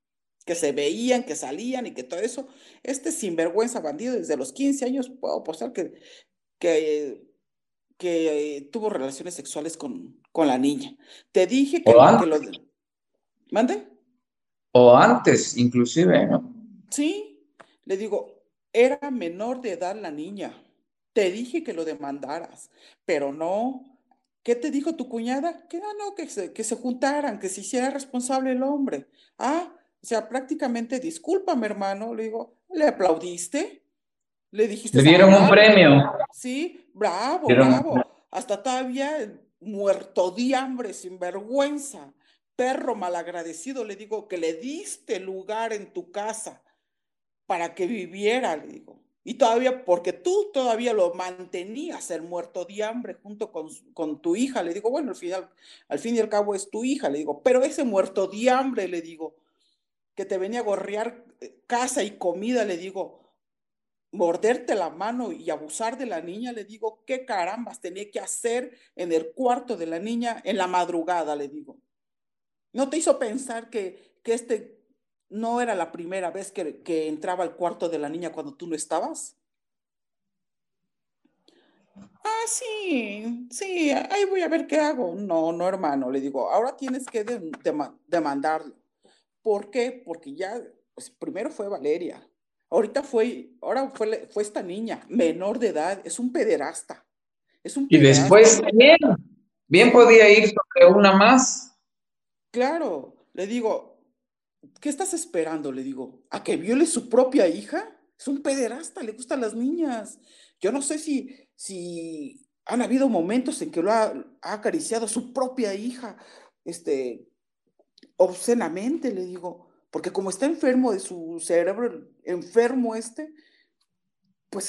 que se veían, que salían y que todo eso. Este sinvergüenza bandido desde los 15 años puedo apostar que, que tuvo relaciones sexuales con la niña. Te dije O que lo... antes, ¿Mande? o antes inclusive, ¿no? Sí, le digo, era menor de edad la niña. Te dije que lo demandaras, pero no. ¿Qué te dijo tu cuñada? Que no, que se juntaran, que se hiciera responsable el hombre. Ah, o sea, prácticamente, discúlpame, hermano, le digo, ¿le aplaudiste? ¿Le dijiste, Le ah, dieron un bravo? premio. Sí, bravo, Dieron- bravo. Hasta todavía muerto de hambre, sin vergüenza. Perro malagradecido, le digo, que le diste lugar en tu casa para que viviera, le digo. Y todavía, porque tú todavía lo mantenías el muerto de hambre junto con tu hija, le digo, bueno, al fin y al cabo es tu hija, le digo, pero ese muerto de hambre, le digo, que te venía a gorrear casa y comida, le digo, morderte la mano y abusar de la niña, le digo, ¿qué carambas tenía que hacer en el cuarto de la niña en la madrugada? Le digo. ¿No te hizo pensar que este no era la primera vez que entraba al cuarto de la niña cuando tú no estabas? Ah, sí, sí, ahí voy a ver qué hago. No, no, hermano, le digo, ahora tienes que demandarlo. ¿Por qué? Porque ya, pues, primero fue Valeria, ahora fue esta niña, menor de edad, es un pederasta, es un Y pederasta. después también, bien Sí, podía ir sobre una más. claro, le digo, ¿qué estás esperando? Le digo, ¿a que viole su propia hija? Es un pederasta, le gustan las niñas. Yo no sé si han habido momentos en que ha acariciado a su propia hija, este, obscenamente, le digo, porque como está enfermo de su cerebro, enfermo pues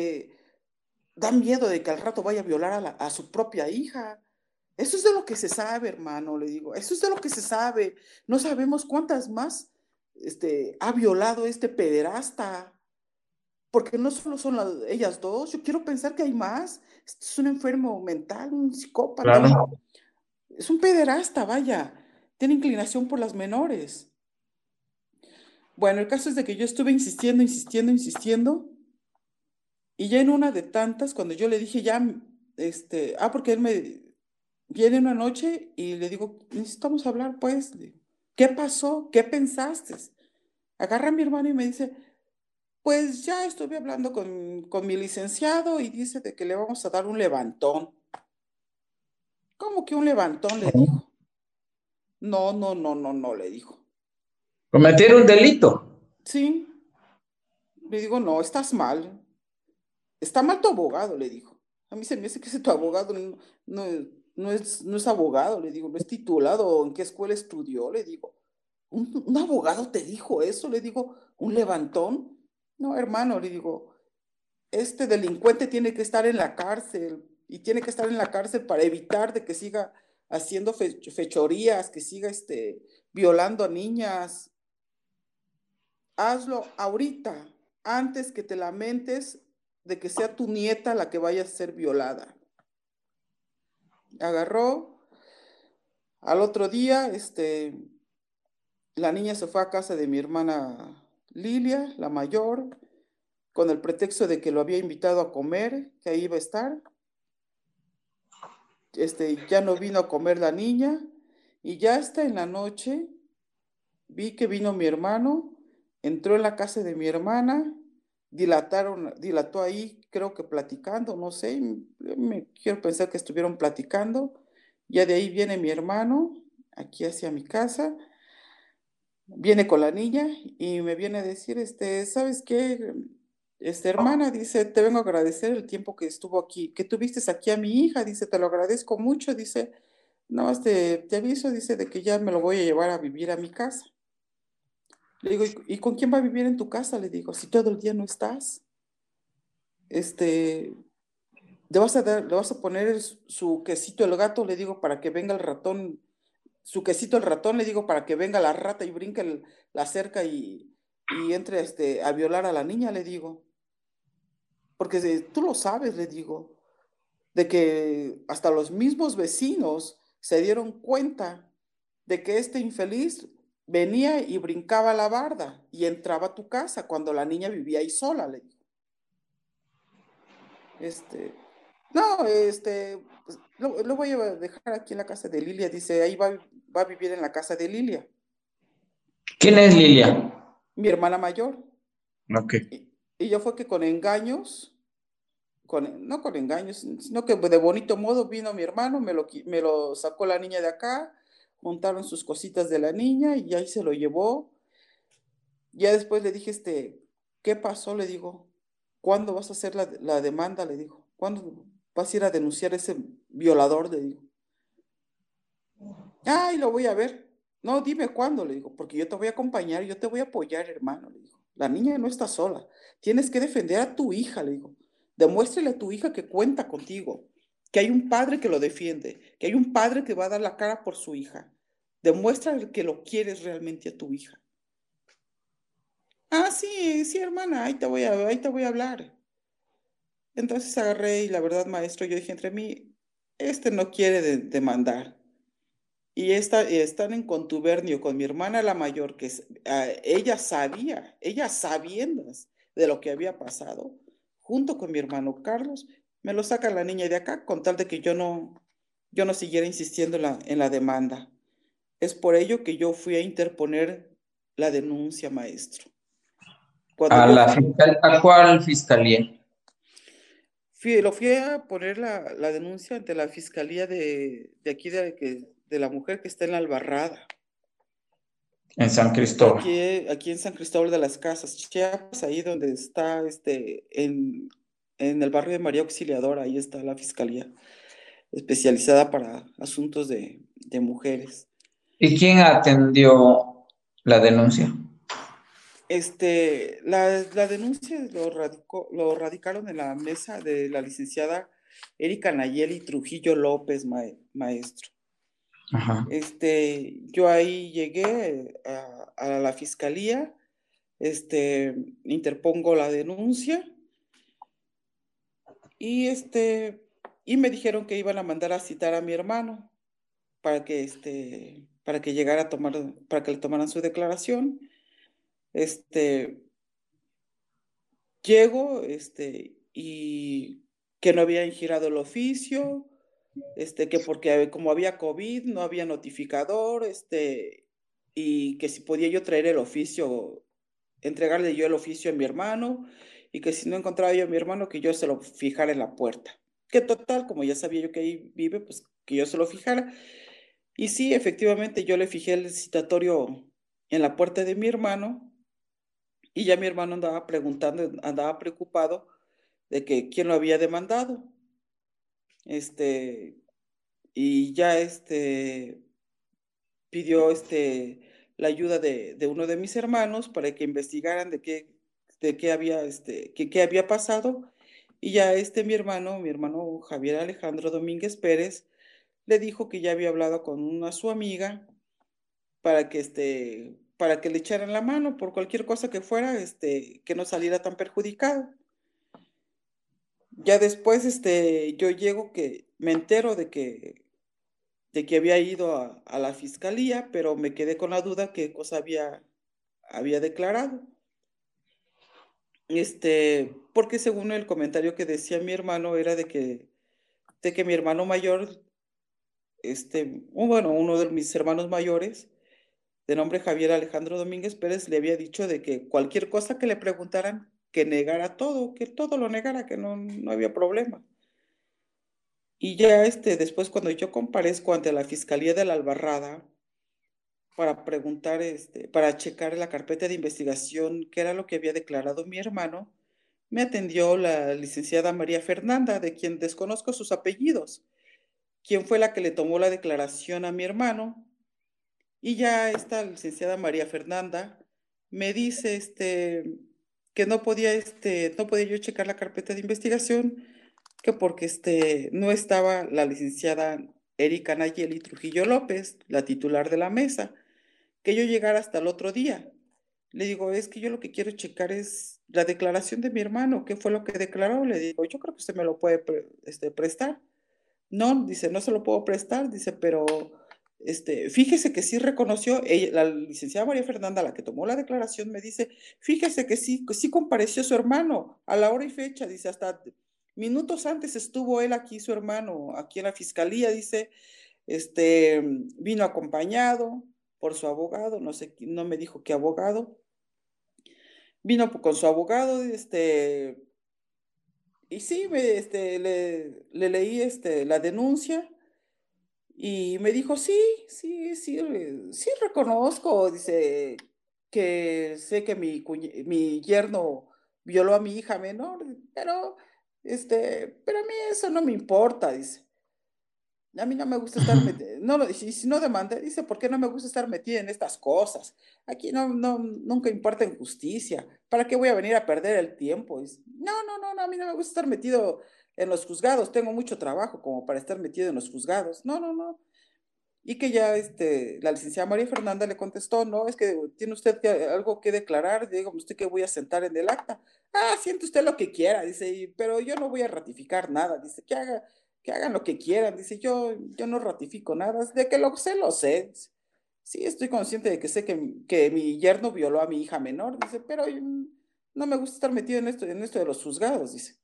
da miedo de que al rato vaya a violar a su propia hija. Eso es de lo que se sabe, hermano, le digo. Eso es de lo que se sabe. No sabemos cuántas más ha violado este pederasta. Porque no solo son ellas dos. Yo quiero pensar que hay más. Este es un enfermo mental, un psicópata, Claro. es un pederasta, vaya. Tiene inclinación por las menores. Bueno, el caso es de que yo estuve insistiendo, insistiendo, insistiendo. Y ya en una de tantas, cuando yo le dije ya, porque él me viene una noche y le digo, necesitamos hablar, pues. Le digo, ¿qué pasó? ¿Qué pensaste? Agarra a mi hermano y me dice, pues ya estuve hablando con mi licenciado y dice de que le vamos a dar un levantón. ¿Cómo que un levantón? Le dijo. No, no, no, no, no, le dijo. Cometer un delito. Sí, le digo, no, estás mal. Está mal tu abogado, le dijo. A mí se me hace que ese tu abogado no, no es abogado, le digo, no es titulado, ¿en qué escuela estudió? Le digo. ¿Un abogado te dijo eso? Le digo, ¿un levantón? No, hermano, le digo, este delincuente tiene que estar en la cárcel y tiene que estar en la cárcel para evitar de que siga haciendo fechorías, que siga violando a niñas. Hazlo ahorita, antes que te lamentes de que sea tu nieta la que vaya a ser violada. Agarró, al otro día, la niña se fue a casa de mi hermana Lilia, la mayor, con el pretexto de que lo había invitado a comer, que ahí iba a estar. Ya no vino a comer la niña y ya hasta en la noche vi que vino mi hermano, entró en la casa de mi hermana, dilató ahí, creo que platicando, no sé, me quiero pensar que estuvieron platicando. Ya de ahí viene mi hermano, aquí hacia mi casa, viene con la niña y me viene a decir, ¿sabes qué? Hermana, dice, te vengo a agradecer el tiempo que estuvo aquí, que tuviste aquí a mi hija, dice, te lo agradezco mucho, dice, no, te aviso, dice, de que ya me lo voy a llevar a vivir a mi casa. Le digo, ¿y con quién va a vivir en tu casa? Le digo, si todo el día no estás, este, le vas a poner su quesito el gato, le digo, para que venga el ratón, su quesito el ratón, le digo, para que venga la rata y brinque la cerca y entre a violar a la niña, le digo. Porque tú lo sabes, le digo, de que hasta los mismos vecinos se dieron cuenta de que este infeliz venía y brincaba la barda y entraba a tu casa cuando la niña vivía ahí sola, le dijo. Este, no, pues, lo voy a dejar aquí en la casa de Lilia, dice, ahí va a vivir en la casa de Lilia, ¿Quién es Lilia? mi hermana mayor. Ok. Y yo fue que con engaños, no con engaños, sino que de bonito modo vino mi hermano, me lo sacó la niña de acá, juntaron sus cositas de la niña y ahí se lo llevó. Ya después le dije, ¿qué pasó? Le digo, ¿cuándo vas a hacer la demanda? Le digo, ¿cuándo vas a ir a denunciar a ese violador? Le digo, ay, lo voy a ver. No, dime cuándo, le digo, porque yo te voy a acompañar, yo te voy a apoyar, hermano, le digo. La niña no está sola. Tienes que defender a tu hija, le digo. Demuéstrale a tu hija que cuenta contigo, que hay un padre que lo defiende, que hay un padre que va a dar la cara por su hija. Demuéstrale que lo quieres realmente a tu hija. Ah, sí, sí, hermana, ahí te voy a hablar. Entonces agarré y la verdad, maestro, yo dije entre mí, no quiere demandar. Y están en contubernio con mi hermana la mayor, ella sabiendas de lo que había pasado, junto con mi hermano Carlos, me lo saca la niña de acá con tal de que yo no siguiera insistiendo en la demanda. Es por ello que yo fui a interponer la denuncia, maestro. Cuando ¿A yo la fui, fiscal, a cuál fiscalía? lo fui a poner la denuncia ante la fiscalía de aquí, de la mujer que está en la Albarrada. En San Cristóbal. Aquí en San Cristóbal de las Casas, Chiapas, ahí donde está, en el barrio de María Auxiliadora, ahí está la fiscalía especializada para asuntos de mujeres. ¿Y quién atendió la denuncia? La denuncia lo radicaron en la mesa de la licenciada Erika Nayeli Trujillo López, maestro. Ajá. Yo ahí llegué a la fiscalía, interpongo la denuncia y y me dijeron que iban a mandar a citar a mi hermano para que llegara a para que le tomaran su declaración. Este, Llego, y que no habían girado el oficio, que porque como había COVID no había notificador, y que si podía yo traer el oficio, entregarle yo el oficio a mi hermano, y que si no encontraba yo a mi hermano, que yo se lo fijara en la puerta. Que total, como ya sabía yo que ahí vive, pues que yo se lo fijara. Y sí, efectivamente, yo le fijé el citatorio en la puerta de mi hermano, y ya mi hermano andaba preguntando, andaba preocupado de que quién lo había demandado. Este, y ya pidió la ayuda de uno de mis hermanos para que investigaran de qué había, qué había pasado. Y ya mi hermano Javier Alejandro Domínguez Pérez, le dijo que ya había hablado con su amiga para que le echaran la mano por cualquier cosa que fuera, que no saliera tan perjudicado. Ya después, yo llego que me entero de que había ido a la fiscalía, pero me quedé con la duda qué cosa había declarado. Porque según el comentario que decía mi hermano era de que mi hermano mayor, bueno, uno de mis hermanos mayores, de nombre Javier Alejandro Domínguez Pérez, le había dicho de que cualquier cosa que le preguntaran, que negara todo, que todo lo negara, que no había problema. Y ya después cuando yo comparezco ante la Fiscalía de la Albarrada para preguntar, para checar la carpeta de investigación, qué era lo que había declarado mi hermano, me atendió la licenciada María Fernanda, de quien desconozco sus apellidos, quien fue la que le tomó la declaración a mi hermano. Y ya esta licenciada María Fernanda me dice, que no podía yo checar la carpeta de investigación, que porque no estaba la licenciada Erika Nayeli Trujillo López, la titular de la mesa, que yo llegara hasta el otro día. Le digo, es que yo lo que quiero checar es la declaración de mi hermano, ¿qué fue lo que declaró? Le digo, yo creo que usted me lo puede prestar. No, dice, no se lo puedo prestar, dice, pero fíjese que sí reconoció, la licenciada María Fernanda, la que tomó la declaración, me dice, fíjese que sí compareció su hermano a la hora y fecha, dice, hasta minutos antes estuvo él aquí, su hermano, aquí en la fiscalía, dice, vino acompañado por su abogado, no sé, no me dijo qué abogado, vino con su abogado, y sí, le leí la denuncia y me dijo, sí, sí reconozco, dice, que sé que mi yerno violó a mi hija menor, pero a mí eso no me importa, dice. A mí no me gusta estar Ujú. metida, no, si no demandé, dice, ¿por qué no me gusta estar metida en estas cosas? Aquí nunca importa en justicia. ¿Para qué voy a venir a perder el tiempo? Dice, no, a mí no me gusta estar metido en los juzgados. Tengo mucho trabajo como para estar metido en los juzgados. No. Y que ya la licenciada María Fernanda le contestó, no, es que tiene usted algo que declarar, dígame usted que voy a sentar en el acta. Ah, siente usted lo que quiera, dice, pero yo no voy a ratificar nada, dice, que hagan lo que quieran, dice, yo no ratifico nada, de que lo sé. Dice, sí, estoy consciente de que sé que mi yerno violó a mi hija menor, dice, pero no me gusta estar metido en esto de los juzgados, dice.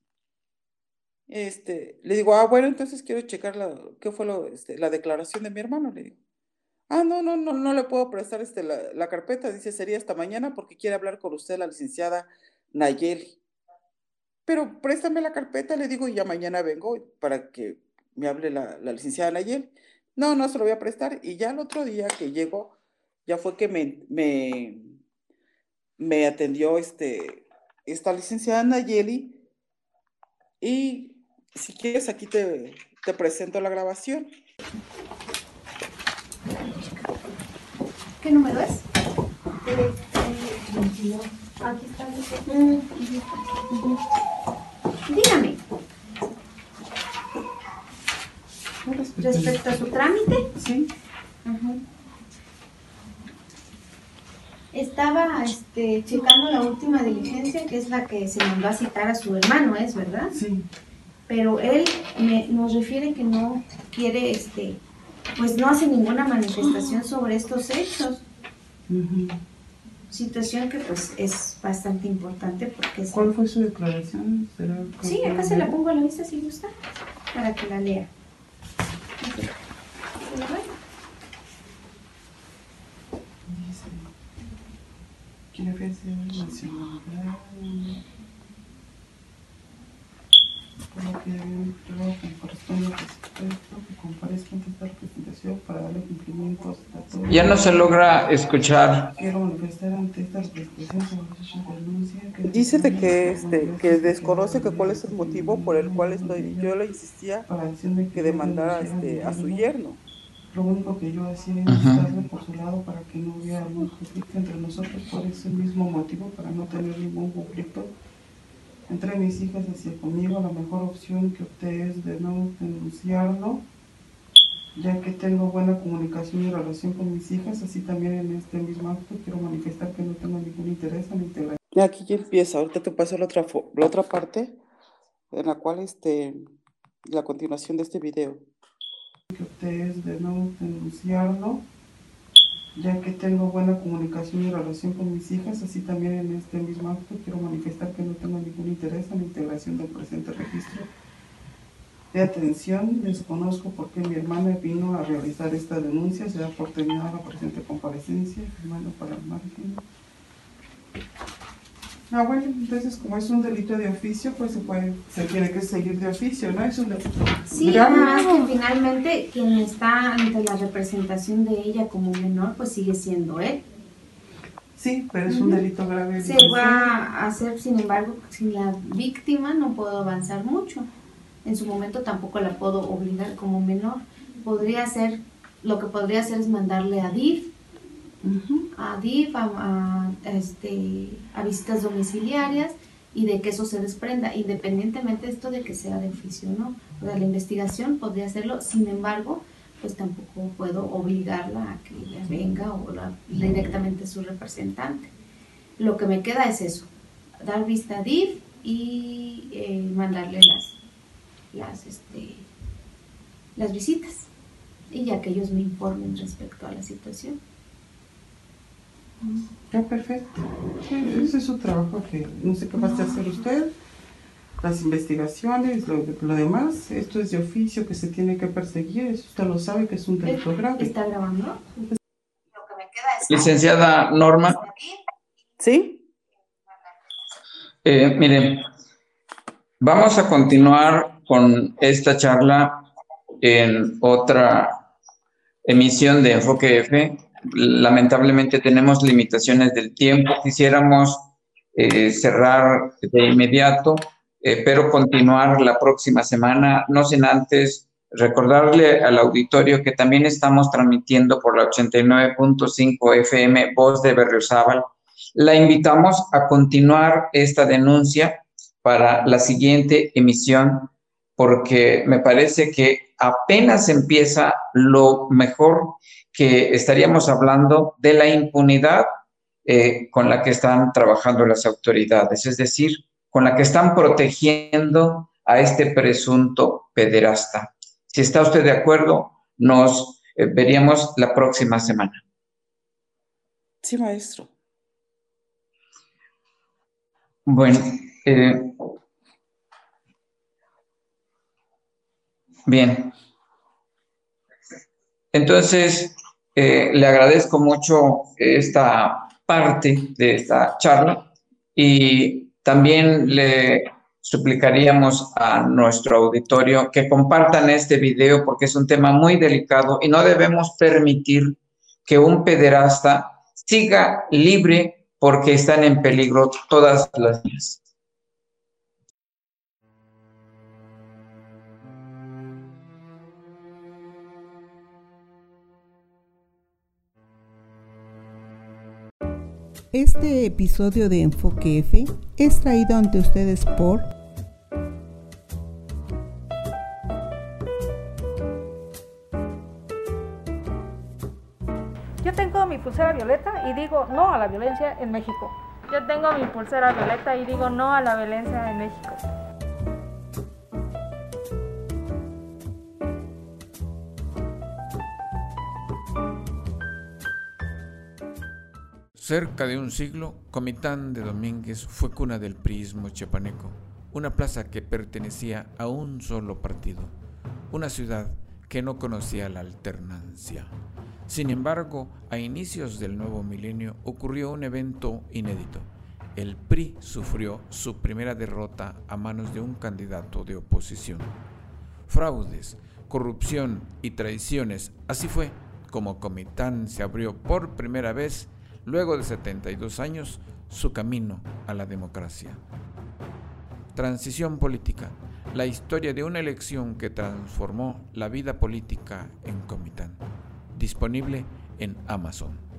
Le digo, ah, bueno, entonces quiero checar qué fue la declaración de mi hermano, le digo. Ah, no le puedo prestar la carpeta, dice, sería esta mañana porque quiere hablar con usted la licenciada Nayeli. Pero préstame la carpeta, le digo, y ya mañana vengo para que me hable la licenciada Nayeli. No se lo voy a prestar. Y ya el otro día que llegó, ya fue que me atendió esta licenciada Nayeli. Y si quieres, aquí te presento la grabación. ¿Qué número es? Aquí está. Dígame. Respecto a su trámite. Sí. Estaba checando la última diligencia, que es la que se mandó a citar a su hermano, ¿es verdad? Sí. Pero él nos refiere que no quiere, pues no hace ninguna manifestación sobre estos hechos. Situación que pues es bastante importante porque... ¿Cuál fue su declaración? Sí, acá se la pongo a la vista si gusta, para que la lea. ¿Quién ofrece nacionalidad? Por lo que corresponde al respecto, que comparezca ante esta representación para darle cumplimiento a todo. Ya no se logra escuchar. Quiero manifestar ante esta representación sobre los hechos de denuncia. Dice de que desconoce que cuál es el motivo por el cual yo le insistía que demandara a su yerno. Lo único que yo hacía era insistirle por su lado para que no hubiera algún conflicto entre nosotros, por ese mismo motivo, para no tener ningún conflicto entre mis hijas hacia conmigo. La mejor opción que opté es de no denunciarlo, ya que tengo buena comunicación y relación con mis hijas. Así también en este mismo acto quiero manifestar que no tengo ningún interés en integrar. Ya aquí ya empieza, ahorita te paso la otra parte, en la cual la continuación de este video. Que opté es de no denunciarlo, ya que tengo buena comunicación y relación con mis hijas. Así también en este mismo acto quiero manifestar que no tengo ningún interés en la integración del presente registro de atención. Desconozco por qué mi hermana vino a realizar esta denuncia. Se da por terminada la presente comparecencia. Hermano para el margen. Ah, bueno, entonces como es un delito de oficio, pues se tiene que seguir de oficio, ¿no? Es un delito. Sí, nada más que finalmente quien está ante la representación de ella como menor, pues sigue siendo él. Sí, pero es un delito grave. Se va a hacer, sin embargo, sin la víctima no puedo avanzar mucho. En su momento tampoco la puedo obligar como menor. Lo que podría hacer es mandarle a DIF, a visitas domiciliarias, y de que eso se desprenda, independientemente de esto de que sea de oficio, ¿no? O sea, la investigación podría hacerlo, sin embargo, pues tampoco puedo obligarla a que ella venga o directamente su representante. Lo que me queda es eso, dar vista a DIF y mandarle las visitas. y ya que ellos me informen respecto a la situación. Perfecto. Sí, ese es su trabajo, que no sé qué va a hacer usted. Las investigaciones, lo demás, esto es de oficio que se tiene que perseguir, eso usted lo sabe que es un delito grave. ¿Está grabando? Licenciada Norma. ¿Sí? Miren, vamos a continuar con esta charla en otra emisión de Enfoque F. Lamentablemente tenemos limitaciones del tiempo. Quisiéramos cerrar de inmediato, pero continuar la próxima semana, no sin antes recordarle al auditorio que también estamos transmitiendo por la 89.5 FM Voz de Berriozábal. La invitamos a continuar esta denuncia para la siguiente emisión, porque me parece que apenas empieza lo mejor, que estaríamos hablando de la impunidad con la que están trabajando las autoridades, es decir, con la que están protegiendo a este presunto pederasta. Si está usted de acuerdo, nos veríamos la próxima semana. Sí, maestro. Bueno, bien. Entonces, le agradezco mucho esta parte de esta charla y también le suplicaríamos a nuestro auditorio que compartan este video porque es un tema muy delicado y no debemos permitir que un pederasta siga libre porque están en peligro todas las vidas. Este episodio de Enfoque F es traído ante ustedes por Yo tengo mi pulsera violeta y digo no a la violencia en México. Yo tengo mi pulsera violeta y digo no a la violencia en México. Cerca de un siglo, Comitán de Domínguez fue cuna del priismo chiapaneco, una plaza que pertenecía a un solo partido, una ciudad que no conocía la alternancia. Sin embargo, a inicios del nuevo milenio ocurrió un evento inédito. El PRI sufrió su primera derrota a manos de un candidato de oposición. Fraudes, corrupción y traiciones, así fue como Comitán se abrió por primera vez, luego de 72 años, su camino a la democracia. Transición política, la historia de una elección que transformó la vida política en Comitán. Disponible en Amazon.